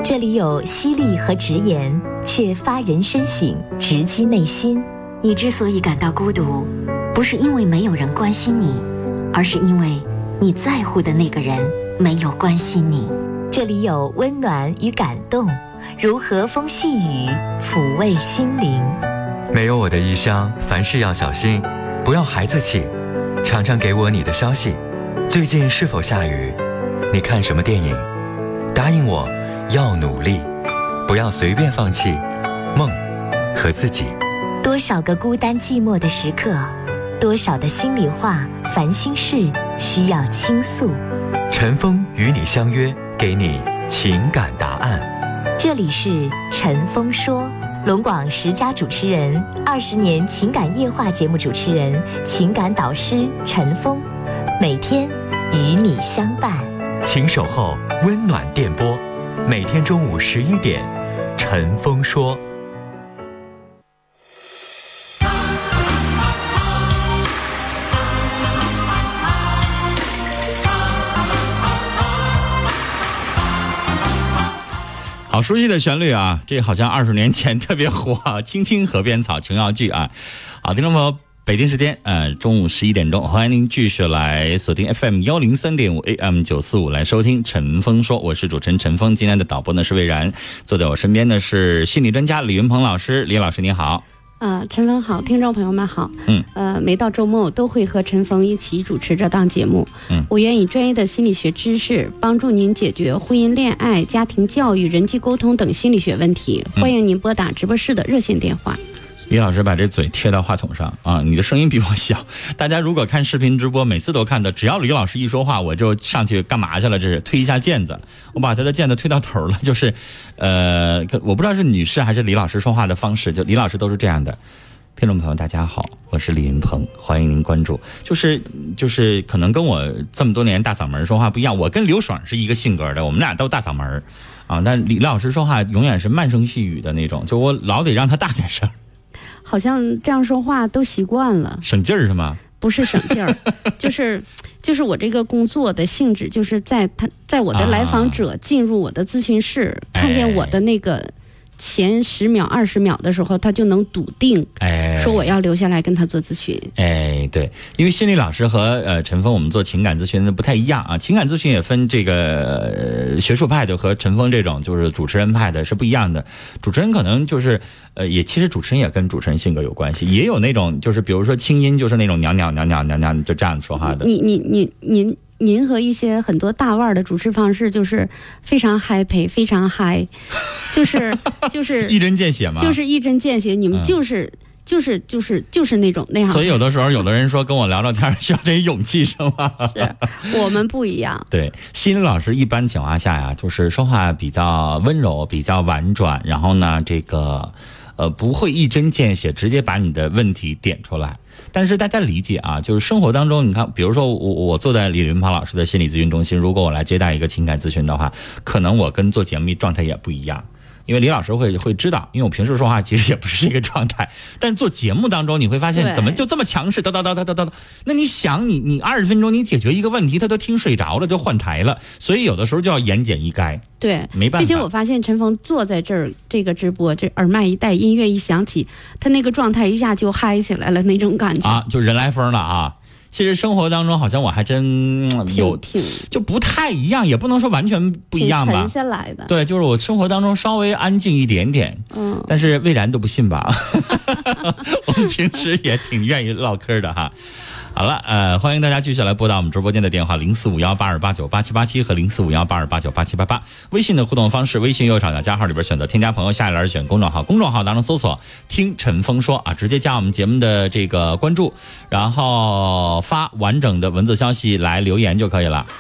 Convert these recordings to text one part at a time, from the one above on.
这里有犀利和直言，却发人深省，直击内心。 你之所以感到孤独，不是因为没有人关心你，而是因为你在乎的那个人没有关心你。 这里有温暖与感动，如和风细雨，抚慰心灵。 没有我的异乡，凡事要小心，不要孩子气。常常给我你的消息，最近是否下雨？你看什么电影？答应我要努力，不要随便放弃梦和自己。 多少个孤单寂寞的时刻，多少的心里话、烦心事需要倾诉。 陈峰与你相约，给你情感答案。 这里是陈峰说，龙广10佳主持人，20年情感夜话节目主持人，情感导师陈峰，每天与你相伴。 请守候温暖电波，每天中午11点，陈峰说。 好熟悉的旋律啊，这好像20年前特别火啊，青青河边草，琼瑶剧啊。好，听众朋友，北京时间中午11点钟，欢迎您继续来锁定 FM 103.5 AM 945来收听陈峰说，我是主持人陈峰。今天的导播呢是魏然，坐在我身边的是心理专家李云鹏老师。李老师你好。 陈峰好，听众朋友们好。每到周末我都会和陈峰一起主持这档节目。我愿以专业的心理学知识帮助您解决婚姻、恋爱、家庭教育、人际沟通等心理学问题。欢迎您拨打直播室的热线电话。 李老师把这嘴贴到话筒上啊，你的声音比我小。大家如果看视频直播，每次都看到，只要李老师一说话，我就上去干嘛去了？这是推一下毽子，我把他的毽子推到头了。就是，我不知道是女士还是李老师说话的方式，就李老师都是这样的。听众朋友大家好，我是李云鹏，欢迎您关注。就是可能跟我这么多年大嗓门说话不一样，我跟刘爽是一个性格的，我们俩都大嗓门啊，但李老师说话永远是慢声细语的那种，就我老得让他大点声。 好像这样说话都习惯了， 省劲儿是吗？ 不是省劲儿，就是我这个工作的性质，就是在我的来访者进入我的咨询室，看见我的那个前10秒、20秒的时候，他就能笃定，说我要留下来跟他做咨询。 对，因为心理老师和陈峰我们做情感咨询的不太一样啊，情感咨询也分这个学术派的和陈峰这种就是主持人派的是不一样的。主持人可能就是其实主持人也跟主持人性格有关系，也有那种就是比如说清音就是那种娘娘就这样说话的。 您和一些很多大腕的主持方式就是非常 happy 非常嗨，就是一针见血嘛， 就是一针见血，你们就是那种那样。 所以有的时候有的人说跟我聊聊天需要点勇气是吗？ 是我们不一样。 对，心理老师一般情况下呀，就是说话比较温柔，比较婉转，然后呢这个不会一针见血直接把你的问题点出来。但是大家理解啊，就是生活当中你看，比如说我坐在李云鹏老师的心理咨询中心，如果我来接待一个情感咨询的话，可能我跟做节目状态也不一样。因为李老师会知道，因为我平时说话其实也不是这个状态，但做节目当中你会发现怎么就这么强势，叨，那你想你20分钟你解决一个问题，他都听睡着了就换台了，所以有的时候就要言简意赅。 对， 没办法。 并且我发现陈峰坐在这儿，这个直播，这耳麦一戴，音乐一响起，他那个状态一下就嗨起来了那种感觉啊，就人来疯了啊。其实生活当中好像我还真有就不太一样，也不能说完全不一样吧， 沉下来的。 对，就是我生活当中稍微安静一点点，但是魏然都不信吧。我们平时也挺愿意唠嗑的哈。好了，欢迎大家继续来拨打我们直播间的电话045182898787和045182898788。微信的互动方式，微信右上角加号里边选择添加朋友，下一栏选公众号，公众号当中搜索听陈峰说啊，直接加我们节目的这个关注，然后发完整的文字消息来留言就可以了。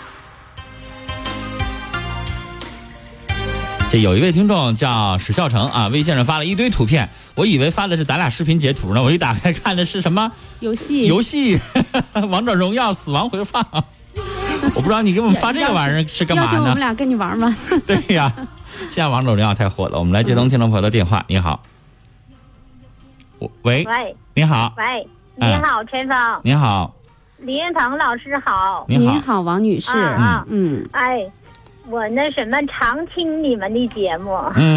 这有一位听众叫史孝成啊，微信上发了一堆图片，我以为发的是咱俩视频截图呢，我一打开看的是什么游戏王者荣耀死亡回放。我不知道你给我们发这个玩意儿是干嘛呢？ 要求我们俩跟你玩吗？ 对呀，现在王者荣耀太火了。我们来接通听众朋友的电话。你好，喂，你好， 喂，你好，陈峰， 你好， 李云鹏老师好， 你好，王女士， 我那什么常听你们的节目。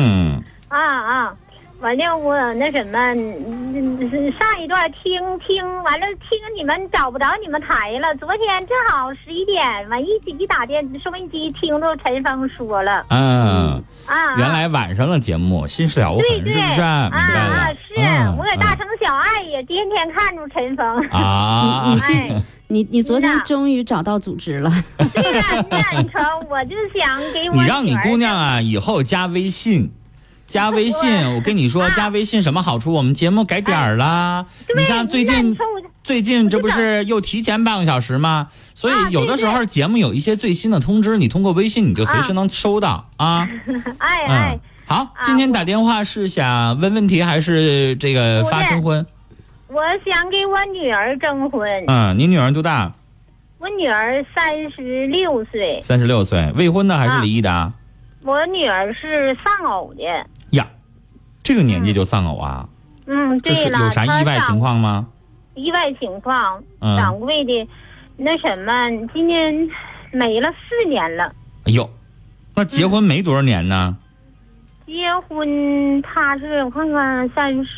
完了我那什么，上一段听完了听你们找不着你们台了。昨天正好11点，完一打收音机听着陈峰说了。 原来晚上的节目心事了无痕，是不是？明白了。 是我搁大城小爱也天天看着陈峰。 你昨天终于找到组织了。 对呀，你瞅，我就想给我你让你姑娘啊以后加微信。加微信，我跟你说，加微信什么好处？我们节目改点儿啦。你像最近这不是又提前半个小时吗？所以有的时候节目有一些最新的通知，你通过微信你就随时能收到啊。好，今天打电话是想问问题还是这个发征婚？ 我想给我女儿征婚。 你女儿多大？ 我女儿36岁。 36岁，未婚的还是离异的啊？ 我女儿是丧偶的。 呀，这个年纪就丧偶啊？ 对了。 有啥意外情况吗？ 意外情况，掌柜的，那什么，今年没了4年了。 哎呦，那结婚没多少年呢？ 结婚，他是我看看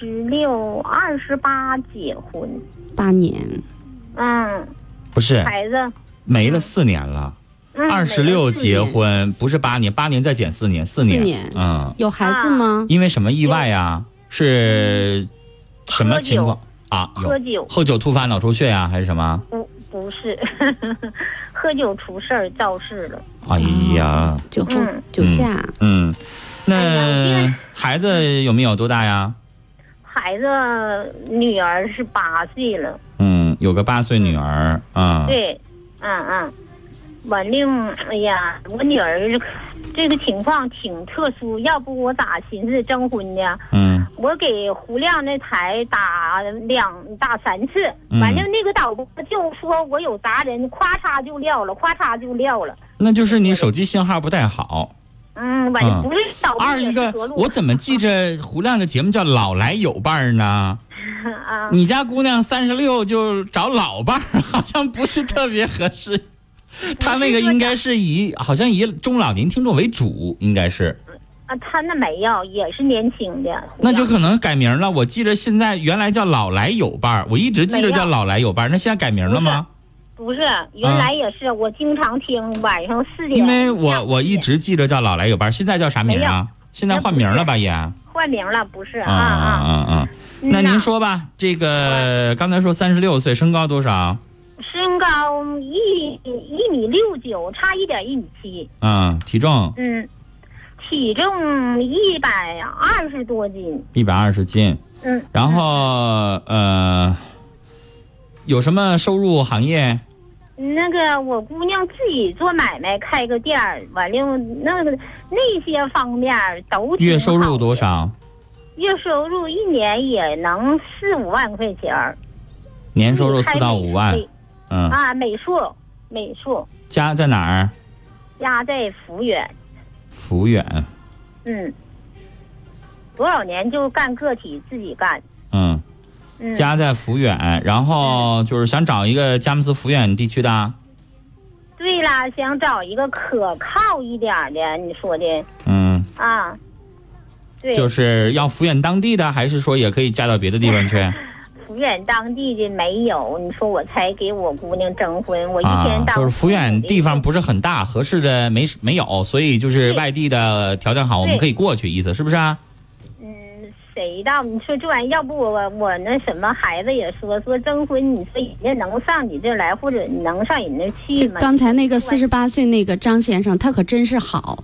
36、28结婚 ，8年。 不是， 孩子没了4年了。26结婚，不是8年，8年再减4年，4年。 有孩子吗？ 因为什么意外呀？是什么情况啊？喝酒突发脑出血呀，还是什么？ 不是，喝酒出事儿肇事了。 哎呀， 酒驾。 那孩子有没有多大呀？ 孩子女儿是8岁了。 有个8岁女儿。 对，完了，哎呀，我女儿这个情况挺特殊，要不我咋寻思征婚呢？我给胡亮那台打3次，完了那个导播就说我有杂人，咵嚓就撂了， 那就是你手机信号不太好。 完了不是导播。 二一个，我怎么记着胡亮的节目叫老来有伴呢？你家姑娘36就找老伴儿，好像不是特别合适。他那个应该是好像以中老年听众为主，应该是。 他那没有，也是年轻的。 那就可能改名了。我记着现在原来叫老来有伴，我一直记着叫老来有伴，那现在改名了吗？ 不是，原来也是，我经常听晚上4点。 因为我一直记着叫老来有伴，现在叫啥名啊？现在换名了吧也？ 换名了，不是那您说吧，这个刚才说36岁，身高多少？ 身高1.69米，差1.1.7米。 体重？ 体重120多斤。 120斤。然后有什么收入行业？ 那个我姑娘自己做买卖，开个店儿，完了那些方面都挺好的。 月收入多少？ 月收入1年也能4、5万块钱。 年收入4到5万。 美术。 家在哪儿？ 家在抚远。 抚远。 多少年就干个体自己干。 家在抚远，然后就是想找一个佳木斯抚远地区的。 对啦，想找一个可靠一点的，你说的。对。 就是要抚远当地的，还是说也可以嫁到别的地方去？ 抚远当地的没有，你说我才给我姑娘征婚，我一天到就是抚远地方不是很大，合适的没有，所以就是外地的条件好，我们可以过去，意思是不是啊？ 谁道？你说这玩意，要不我那什么孩子也说征婚，你说人家能上你这来，或者你能上人那去吗？ 刚才那个48岁那个张先生，他可真是好。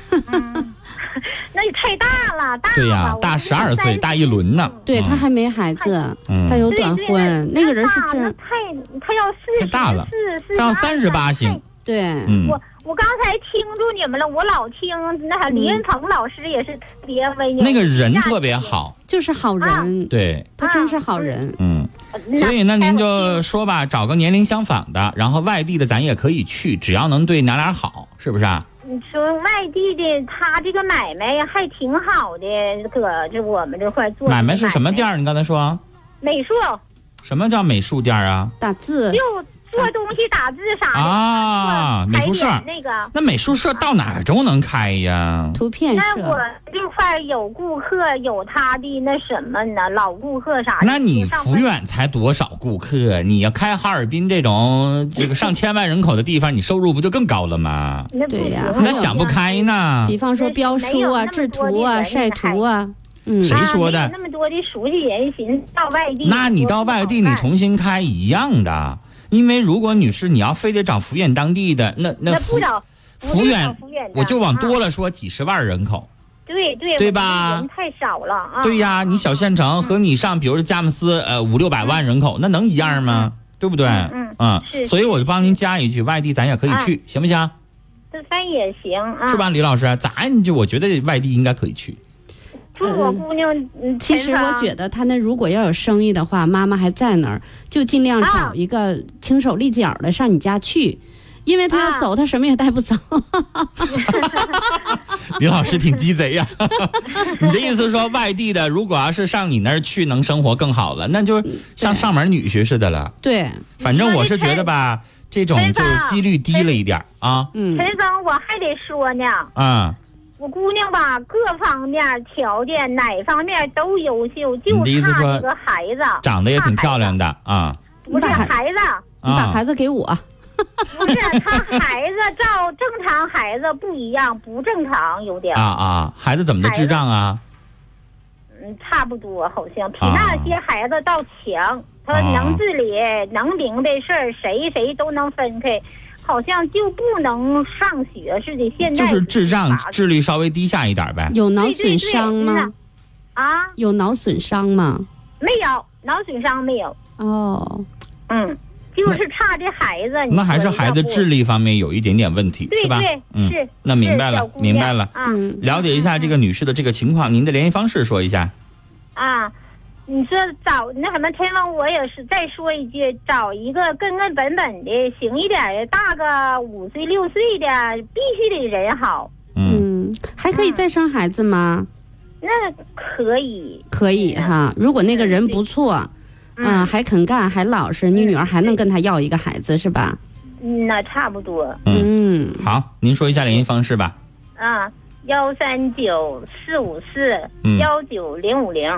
那也太大了， 对呀，大12岁，大一轮呢。 对，他还没孩子，他有短婚。那个人是真他要44， 太大了，他要38行。 对， 我刚才听住你们了，我老听那李云鹏老师也是特别温柔， 那个人特别好， 就是好人。 对， 他真是好人。 所以呢，您就说吧，找个年龄相仿的，然后外地的咱也可以去，只要能对娘俩好，是不是啊？ 你说外地的，他这个买卖还挺好的，搁这我们这块做。 买卖是什么店儿？你刚才说？ 美术。 什么叫美术店啊？ 打字。 就做东西、打字啥的啊，美术社那个。 那美术社到哪儿都能开呀？ 图片社。 那我这块有顾客，有他的那什么呢，老顾客啥的。 那你福远才多少顾客？你要开哈尔滨这种上千万人口的地方，你收入不就更高了吗？ 对呀， 那想不开呢。 比方说标书啊、制图啊、晒图啊。 谁说的？ 那么多的熟悉人，寻思到外地。 那你到外地，你重新开一样的。因为如果女士你要非得找福远当地的，那不找福远，我就往多了说几十万人口，对吧？ 人太少了啊。 对呀，你小县城和你上，比如说佳木斯，500-600万人口，那能一样吗？对不对？所以我就帮您加一句，外地咱也可以去，行不行？ 这番也行啊， 是吧，李老师？我觉得外地应该可以去。 我姑娘， 其实我觉得他那如果要有生意的话，妈妈还在那儿，就尽量找一个轻手利脚的上你家去，因为他要走，他什么也带不走。 李老师挺鸡贼呀！你的意思说，外地的如果要是上你那儿去，能生活更好了，那就像上门女婿似的了。 对， 反正我是觉得吧，这种就几率低了一点啊。 陈峰，我还得说呢。我姑娘吧，各方面条件哪方面都优秀，就差这个孩子， 长得也挺漂亮的啊。 不是孩子， 你把孩子给我。 不是他孩子照正常孩子不一样，不正常有点孩子怎么的智障啊？ 差不多，好像比那些孩子倒强。他能自理，能明白事儿，谁都能分开。好像就不能上学似的，现在就是智障智力稍微低下一点呗。 有脑损伤吗？ 有脑损伤吗？ 没有，脑损伤没有。就是差这孩子。 那还是孩子智力方面有一点点问题，是吧？ 是。 那明白了。了解一下这个女士的这个情况，您的联系方式说一下。 你说找那什么陈峰，我也是再说一句，找一个根本的行一点的，大个5岁6岁的，必须得人好。 还可以再生孩子吗？ 那可以哈，如果那个人不错，还肯干，还老实，你女儿还能跟他要一个孩子是吧？ 那差不多。 好，您说一下联系方式吧。 139-454-19050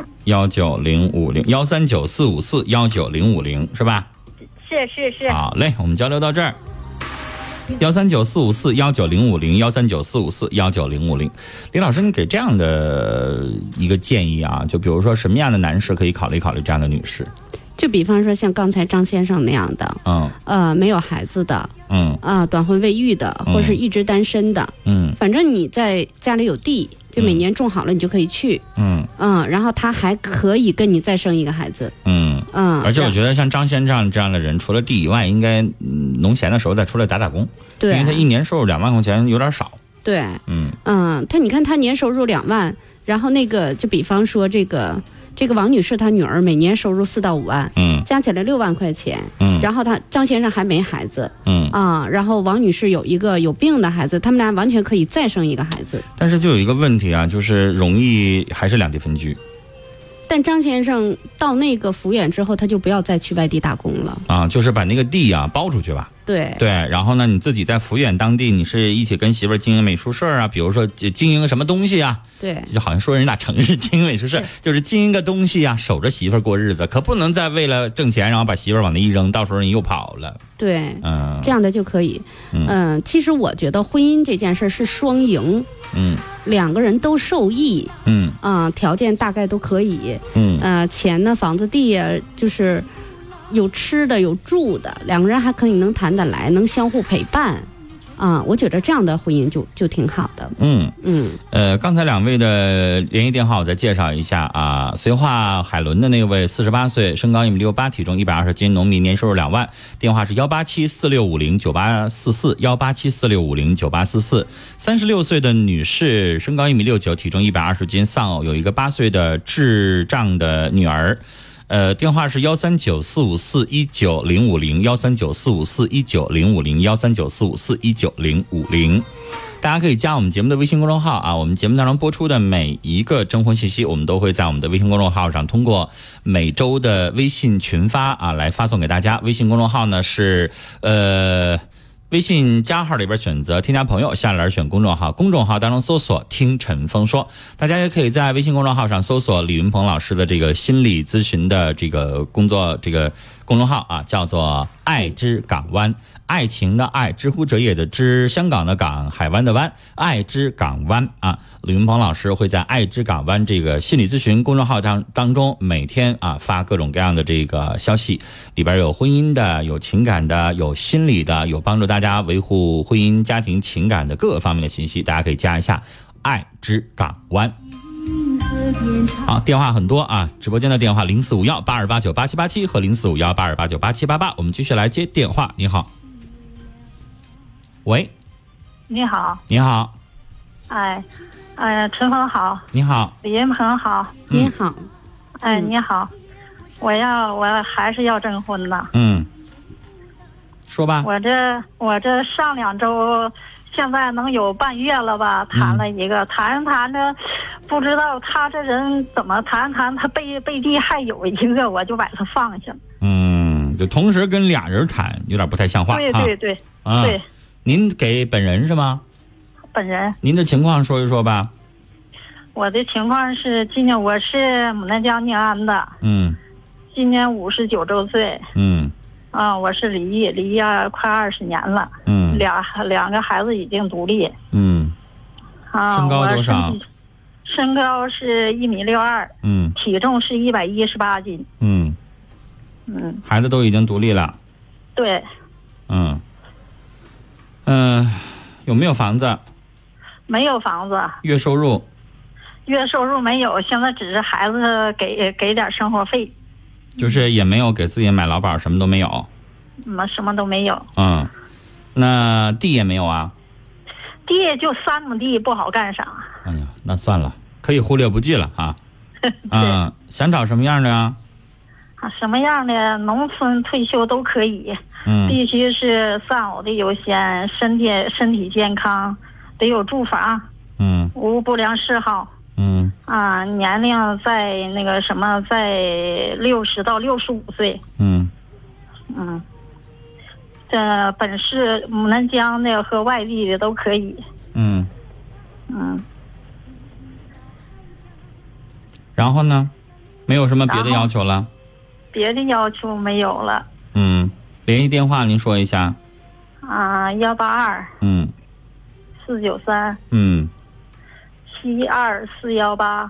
139-454-19050是吧？ 是。 好嘞，我们交流到这儿。139-454-19050 139-454-19050。李老师，你给这样的一个建议啊，就比如说什么样的男士可以考虑这样的女士？ 就比方说像刚才张先生那样的，没有孩子的，短婚未育的，或是一直单身的，反正你在家里有地，就每年种好了，你就可以去，然后他还可以跟你再生一个孩子， 而且我觉得像张先生这样的人，除了地以外，应该农闲的时候再出来打工， 对， 因为他一年收入2万块钱有点少， 对，你看他年收入2万，然后那个就比方说这个王女士她女儿每年收入4到5万，加起来6万块钱，然后张先生还没孩子，然后王女士有一个有病的孩子，他们俩完全可以再生一个孩子。 但是就有一个问题啊，就是容易还是两地分居。 但张先生到那个福远之后，他就不要再去外地打工了就是把那个地包出去吧。 对， 然后呢，你自己在福远当地，你是一起跟媳妇儿经营美术社啊，比如说经营什么东西啊？ 对， 就好像说人家城市经营美术社，就是经营个东西啊，守着媳妇儿过日子，可不能再为了挣钱，然后把媳妇儿往那一扔，到时候人又跑了。 对，这样的就可以。其实我觉得婚姻这件事是双赢，两个人都受益，条件大概都可以，钱呢，房子地呀，就是有吃的有住的，两个人还可以能谈得来，能相互陪伴，我觉得这样的婚姻就挺好的。 刚才两位的联系电话我再介绍一下啊。绥化海伦的那位48岁，身高1.68米，体重120斤，农民，年收入2万，电话是18746509844 18746509844。36岁的女士，身高1.69米，体重120斤，丧偶，有一个8岁的智障的女儿。电话是139-454-19050 139-454-19050 139-454-19050。 大家可以加我们节目的微信公众号啊，我们节目当中播出的每一个征婚信息，我们都会在我们的微信公众号上通过每周的微信群发啊来发送给大家。微信公众号呢是微信加号里边选择添加朋友，下栏选公众号，公众号当中搜索听陈峰说。大家也可以在微信公众号上搜索李云鹏老师的这个心理咨询的这个工作这个公众号啊，叫做爱之港湾，爱情的爱，知乎者也的知，香港的港，海湾的湾，爱之港湾啊。李云鹏老师会在爱之港湾这个心理咨询公众号当中每天啊发各种各样的这个消息，里边有婚姻的，有情感的，有心理的，有帮助大家维护婚姻家庭情感的各个方面的信息，大家可以加一下爱之港湾。好，电话很多啊，直播间的电话045182898787和045182898788，我们继续来接电话。你好，喂， 你好， 你好， 陈峰好， 你好， 李云鹏好， 你好， 你好，我还是要征婚呢。 说吧。 我这上2周，现在能有半月了吧，谈了一个，谈着，不知道他这人怎么谈，他背地还有一个，我就把他放下了。 就同时跟俩人谈，有点不太像话。 对，对。 您给本人是吗？ 本人。您的情况说一说吧。 我的情况是，今年我是牡丹江宁安的。今年59周岁。我是离异快20年了。两个孩子已经独立。 身高多少？ 身高是1.62米。体重是118斤。孩子都已经独立了。 对。 有没有房子？ 没有房子。 月收入没有，现在只是孩子给点生活费。 就是也没有给自己买劳保，什么都没有。 什么都没有。 那地也没有啊？ 地就3亩地，不好干啥。 哎呀，那算了，可以忽略不计了啊。想找什么样的呀？ 什么样的农村退休都可以。必须是丧偶的优先，身体健康，得有住房。无不良嗜好。年龄在那个什么，在60到65岁。这本市牡丹江的和外地的都可以。 然后呢，没有什么别的要求了？ 别的要求没有了。 联系电话您说一下。 182。493。72418。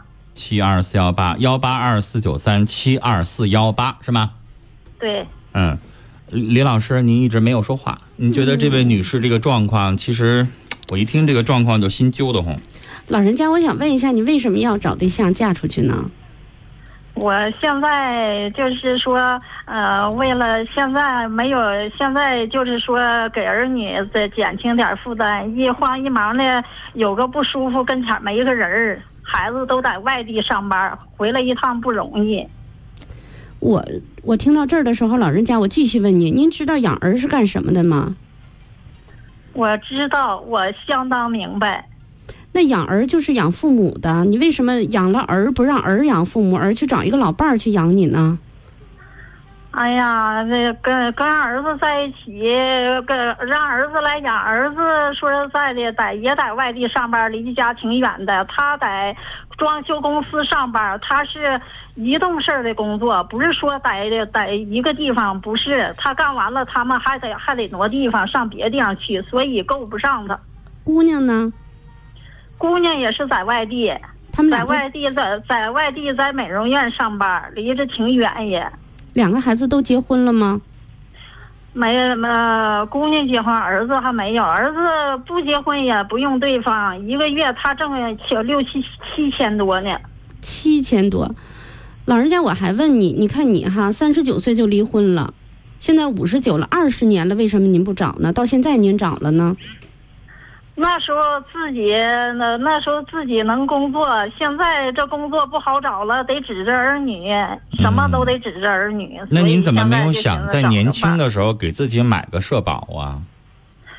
72418，18249372418是吗？ 对。 李老师，您一直没有说话，您觉得这位女士这个状况，其实我一听这个状况就心揪得慌。 老人家，我想问一下，你为什么要找对象嫁出去呢？ 我现在就是说，为了现在就是说给儿女再减轻点负担，一慌一忙的有个不舒服，跟前没个人，孩子都在外地上班，回来一趟不容易。 我听到这儿的时候，老人家，我继续问您知道养儿是干什么的吗？ 我知道，我相当明白。 那养儿就是养父母的，你为什么养了儿不让儿养父母，而去找一个老伴儿去养你呢？ 哎呀，这跟儿子在一起，让儿子来养儿子，说实在的，也在外地上班，离家挺远的。他在装修公司上班，他是移动式的工作，不是说在一个地方，不是。他干完了，他们还得挪地方上别地方去，所以够不上他。 姑娘呢？ 姑娘也是在外地， 他们俩在外地在美容院上班，离着挺远也。 两个孩子都结婚了吗？ 没，姑娘结婚，儿子还没有。儿子不结婚也不用对方，一个月他挣6、7千多呢。 7000多，老人家，我还问你，你看你哈，39岁就离婚了，现在59了，20年了，为什么您不找呢？到现在您找了呢？ 那时候自己能工作，现在这工作不好找了，得指着儿女，什么都得指着儿女。 那您怎么没有想在年轻的时候给自己买个社保啊？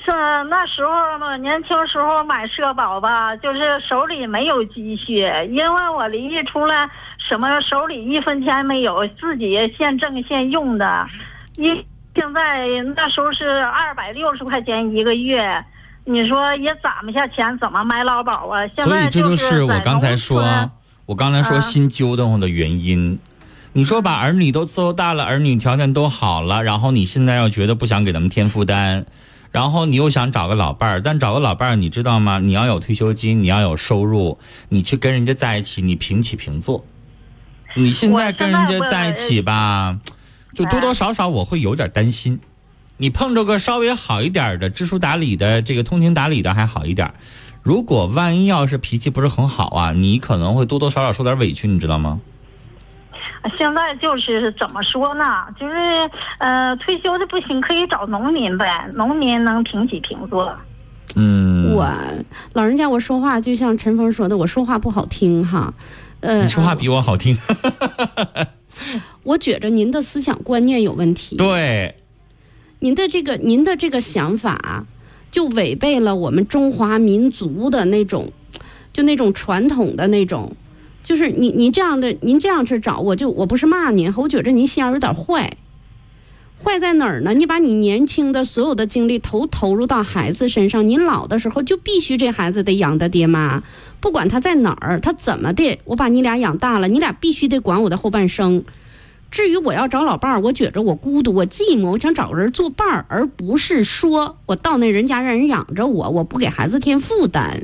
那时候嘛，年轻时候买社保吧，就是手里没有积蓄，因为我离异出来，什么手里1分钱没有，自己现挣现用的。现在那时候是260块钱一个月，你说也攒不下钱，怎么买劳保啊？现在所以这就是我刚才说心揪得慌的原因。你说把儿女都伺候大了，儿女条件都好了，然后你现在要觉得不想给他们添负担，然后你又想找个老伴儿，但找个老伴儿你知道吗？你要有退休金，你要有收入，你去跟人家在一起，你平起平坐。你现在跟人家在一起吧，就多多少少我会有点担心。你碰着个稍微好一点的知书达理的，这个通情达理的还好一点，如果万一要是脾气不是很好啊，你可能会多多少少受点委屈，你知道吗？ 现在就是怎么说呢，就是退休的不行，可以找农民呗，农民能平起平坐。 我老人家我说话就像陈峰说的，我说话不好听哈。 你说话比我好听。 我觉着您的思想观念有问题。 对， 您的这个想法就违背了我们中华民族的那种传统的那种。就是您这样去找我不是骂您，我觉着您心眼有点坏。坏在哪儿呢？你把你年轻的所有的精力投入到孩子身上，您老的时候就必须这孩子得养的爹妈，不管他在哪儿，他怎么的，我把你俩养大了，你俩必须得管我的后半生。至于我要找老伴儿，我觉着我孤独，我寂寞，我想找个人作伴儿，而不是说我到那人家让人养着我不给孩子添负担。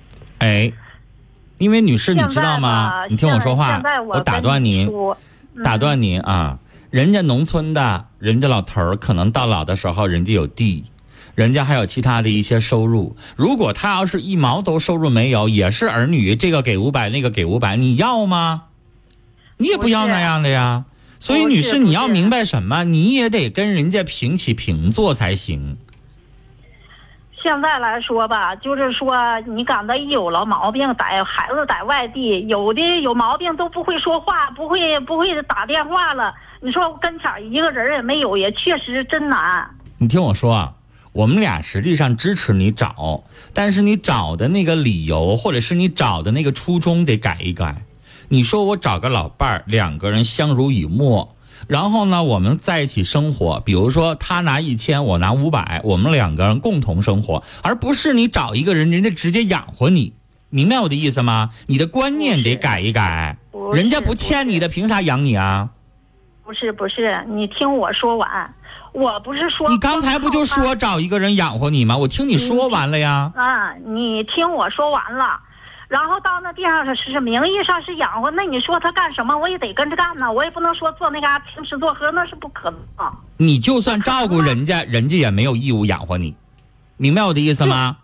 因为女士你知道吗？你听我说话，我打断您啊！人家农村的，人家老头儿可能到老的时候，人家有地，人家还有其他的一些收入。如果他要是1毛都收入没有，也是儿女这个给500，那个给500，你要吗？你也不要那样的呀。所以女士，你要明白什么？你也得跟人家平起平坐才行。 现在来说吧，就是说你赶到一有了毛病，孩子在外地，有的有毛病都不会说话，不会打电话了。你说跟前一个人也没有，也确实真难。 你听我说啊，我们俩实际上支持你找，但是你找的那个理由或者是你找的那个初衷得改一改。你说我找个老伴儿，2个人相濡以沫，然后呢我们在一起生活，比如说他拿1000我拿500，我们2个人共同生活，而不是你找一个人，人家直接养活你。明白我的意思吗？你的观念得改一改，人家不欠你的凭啥养你啊？ 不是，你听我说完。我不是说， 你刚才不就说找一个人养活你吗？我听你说完了呀。 你听我说完了，然后到那地方是名义上是养活，那你说他干什么，我也得跟着干呢，我也不能说做那嘎平时做喝，那是不可能。 你就算照顾人家，人家也没有义务养活你，明白我的意思吗？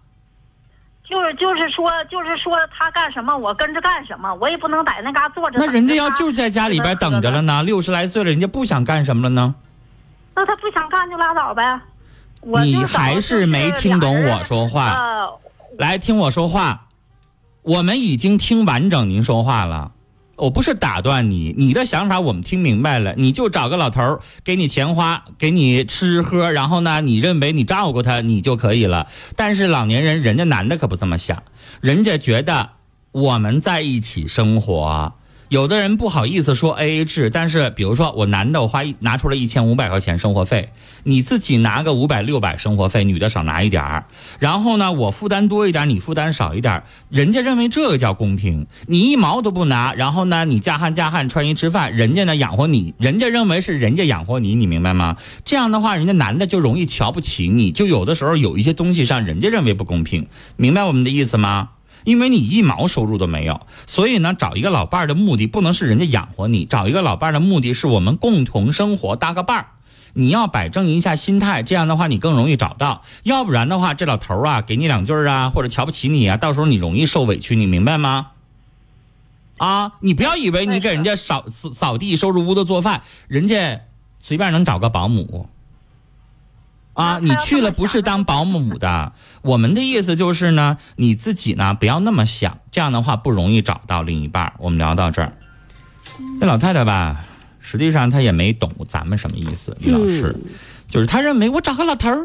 就是说他干什么我跟着干什么，我也不能在那嘎坐着。 那人家要就在家里边等着了呢，60来岁了，人家不想干什么了呢？ 那他不想干就拉倒呗。 你还是没听懂我说话。来听我说话，我们已经听完整您说话了，我不是打断你，你的想法我们听明白了，你就找个老头给你钱花，给你吃喝，然后呢你认为你照顾他你就可以了。但是老年人，人家男的可不这么想，人家觉得我们在一起生活，有的人不好意思说 AA 制，但是比如说我男的我拿出了1500块钱生活费，你自己拿个500、600生活费，女的少拿一点，然后呢我负担多一点，你负担少一点，人家认为这个叫公平。你1毛都不拿，然后呢你嫁汉穿衣吃饭，人家呢养活你，人家认为是人家养活你，你明白吗？这样的话人家男的就容易瞧不起你，就有的时候有一些东西上人家认为不公平，明白我们的意思吗？因为你1毛收入都没有，所以呢找一个老伴儿的目的不能是人家养活你，找一个老伴儿的目的是我们共同生活搭个伴儿。你要摆正一下心态，这样的话你更容易找到，要不然的话这老头啊给你2句啊，或者瞧不起你啊，到时候你容易受委屈，你明白吗？你不要以为你给人家扫地收拾屋子做饭，人家随便能找个保姆你去了不是当保姆的。我们的意思就是呢，你自己呢不要那么想，这样的话不容易找到另一半。我们聊到这儿，那老太太吧，实际上她也没懂咱们什么意思，李老师，就是她认为我找个老头儿，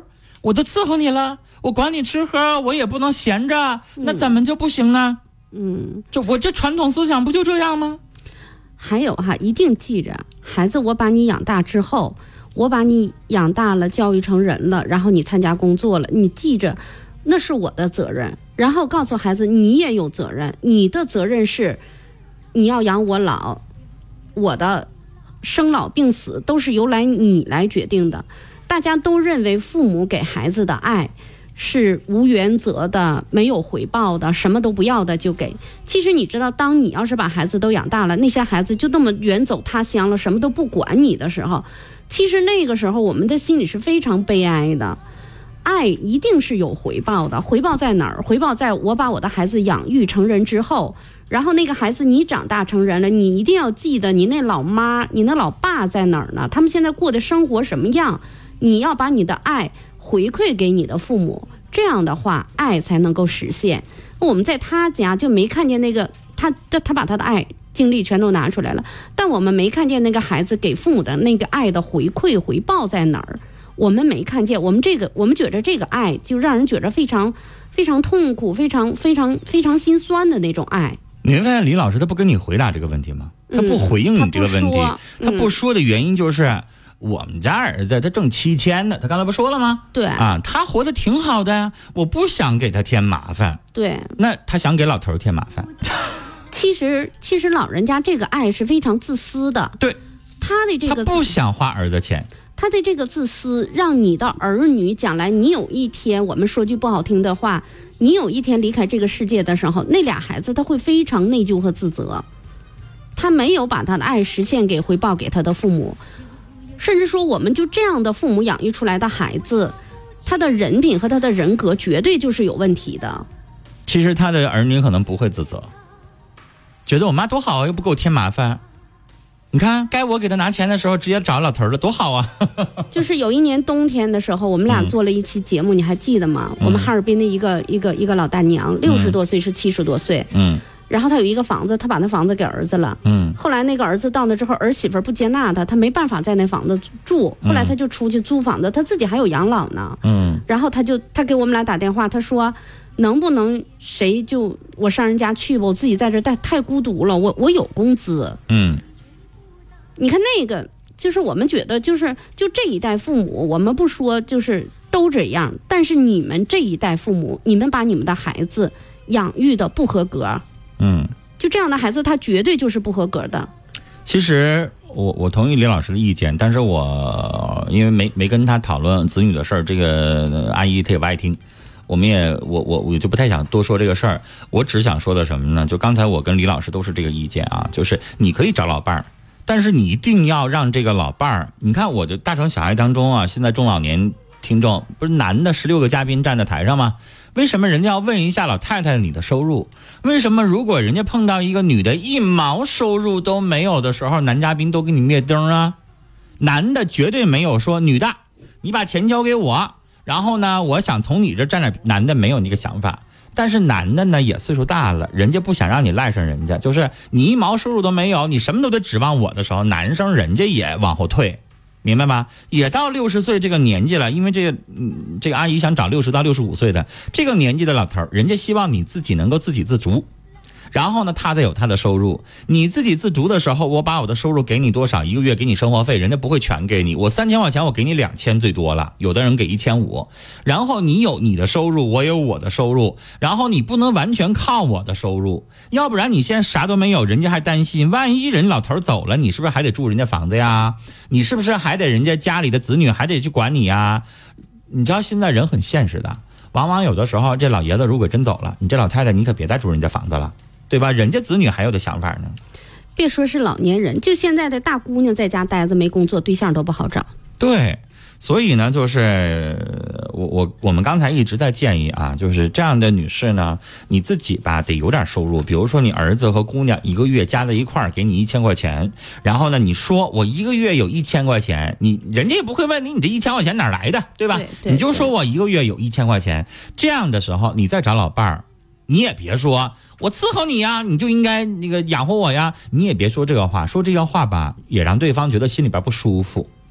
我都伺候你了，我管你吃喝，我也不能闲着，那怎么就不行呢？就我这传统思想不就这样吗？ 还有哈，一定记着，孩子，我把你养大之后，我把你养大了，教育成人了，然后你参加工作了，你记着，那是我的责任。然后告诉孩子，你也有责任，你的责任是，你要养我老，我的生老病死都是由你来决定的。大家都认为父母给孩子的爱是无原则的，没有回报的，什么都不要的就给。其实你知道，当你要是把孩子都养大了，那些孩子就那么远走他乡了，什么都不管你的时候，其实那个时候我们的心里是非常悲哀的。爱一定是有回报的，回报在哪儿？回报在我把我的孩子养育成人之后，然后那个孩子你长大成人了，你一定要记得你那老妈你那老爸在哪儿呢？他们现在过的生活什么样？你要把你的爱回馈给你的父母，这样的话爱才能够实现。我们在他家就没看见那个他把他的爱精力全都拿出来了，但我们没看见那个孩子给父母的那个爱的回馈回报在哪儿，我们没看见。我们觉得这个爱就让人觉得非常非常痛苦，非常非常非常心酸的那种爱。 你发现李老师他不跟你回答这个问题吗？他不回应你这个问题，他不说的原因就是我们家儿子他挣7000呢，他刚才不说了吗？ 对啊，他活得挺好的呀，我不想给他添麻烦。 对， 那他想给老头添麻烦。 其实老人家这个爱是非常自私的。 对， 他的这个他不想花儿子钱。 他的这个自私，让你的儿女将来，你有一天，我们说句不好听的话，你有一天离开这个世界的时候，那俩孩子他会非常内疚和自责，他没有把他的爱实现给回报给他的父母。甚至说我们就这样的父母养育出来的孩子，他的人品和他的人格绝对就是有问题的。 其实他的儿女可能不会自责，觉得我妈多好啊，又不给我添麻烦，你看该我给他拿钱的时候直接找老头了，多好啊。 就是有一年冬天的时候，我们俩做了一期节目，你还记得吗？我们哈尔滨的一个老大娘，60多岁是70多岁，然后他有一个房子，他把那房子给儿子了，后来那个儿子到那之后，儿媳妇不接纳他没办法在那房子住，后来他就出去租房子，他自己还有养老呢，然后他给我们俩打电话，他说能不能谁就我上人家去吧，我自己在这太孤独了，我有工资，你看那个就是我们觉得就这一代父母，我们不说就是都这样，但是你们这一代父母，你们把你们的孩子养育的不合格，就这样的孩子他绝对就是不合格的。 其实我同意李老师的意见，但是我因为没跟他讨论子女的事儿，这个阿姨她也不爱听，我就不太想多说这个事儿。我只想说的什么呢？就刚才我跟李老师都是这个意见啊，就是你可以找老伴儿，但是你一定要让这个老伴儿，你看我的大城小爱当中啊，现在中老年听众不是男的16个嘉宾站在台上吗？为什么人家要问一下老太太你的收入？为什么如果人家碰到一个女的1毛收入都没有的时候，男嘉宾都给你灭灯啊？男的绝对没有说女的你把钱交给我，然后呢我想从你这占点，男的没有那个想法。但是男的呢也岁数大了，人家不想让你赖上人家，就是你1毛收入都没有，你什么都得指望我的时候，男生人家也往后退，明白吗？也到60岁这个年纪了，因为这个阿姨想找60到65岁的这个年纪的老头，人家希望你自己能够自给自足，然后呢他再有他的收入。你自给自足的时候，我把我的收入给你多少，一个月给你生活费，人家不会全给你，我3000块钱我给你2000最多了，有的人给1500，然后你有你的收入，我有我的收入，然后你不能完全靠我的收入，要不然你现在啥都没有，人家还担心万一人老头走了，你是不是还得住人家房子呀？你是不是还得人家家里的子女还得去管你呀？你知道现在人很现实的，往往有的时候这老爷子如果真走了，你这老太太你可别再住人家房子了，对吧？人家子女还有的想法呢。 别说是老年人，就现在的大姑娘在家待着没工作，对象都不好找。 对，所以呢，就是我们刚才一直在建议啊，就是这样的女士呢，你自己吧得有点收入，比如说你儿子和姑娘一个月加在一块儿给你1000块钱，然后呢你说我一个月有1000块钱，人家也不会问你这1000块钱哪来的，对吧？ 对， 你就说我一个月有1000块钱，这样的时候你再找老伴儿，你也别说我伺候你呀，你就应该那个养活我呀，你也别说这个话，说这个话吧也让对方觉得心里边不舒服，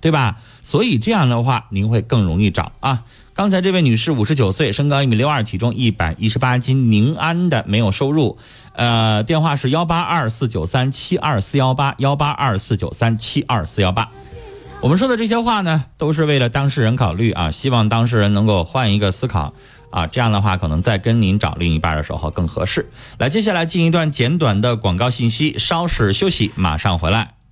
对吧？所以这样的话您会更容易找啊。刚才这位女士59岁，身高1.62米，体重118斤，宁安的，没有收入。电话是182-493-72418，182-493-72418。我们说的这些话呢，都是为了当事人考虑啊，希望当事人能够换一个思考啊，这样的话可能在跟您找另一半的时候更合适。来，接下来进一段简短的广告信息，稍事休息，马上回来。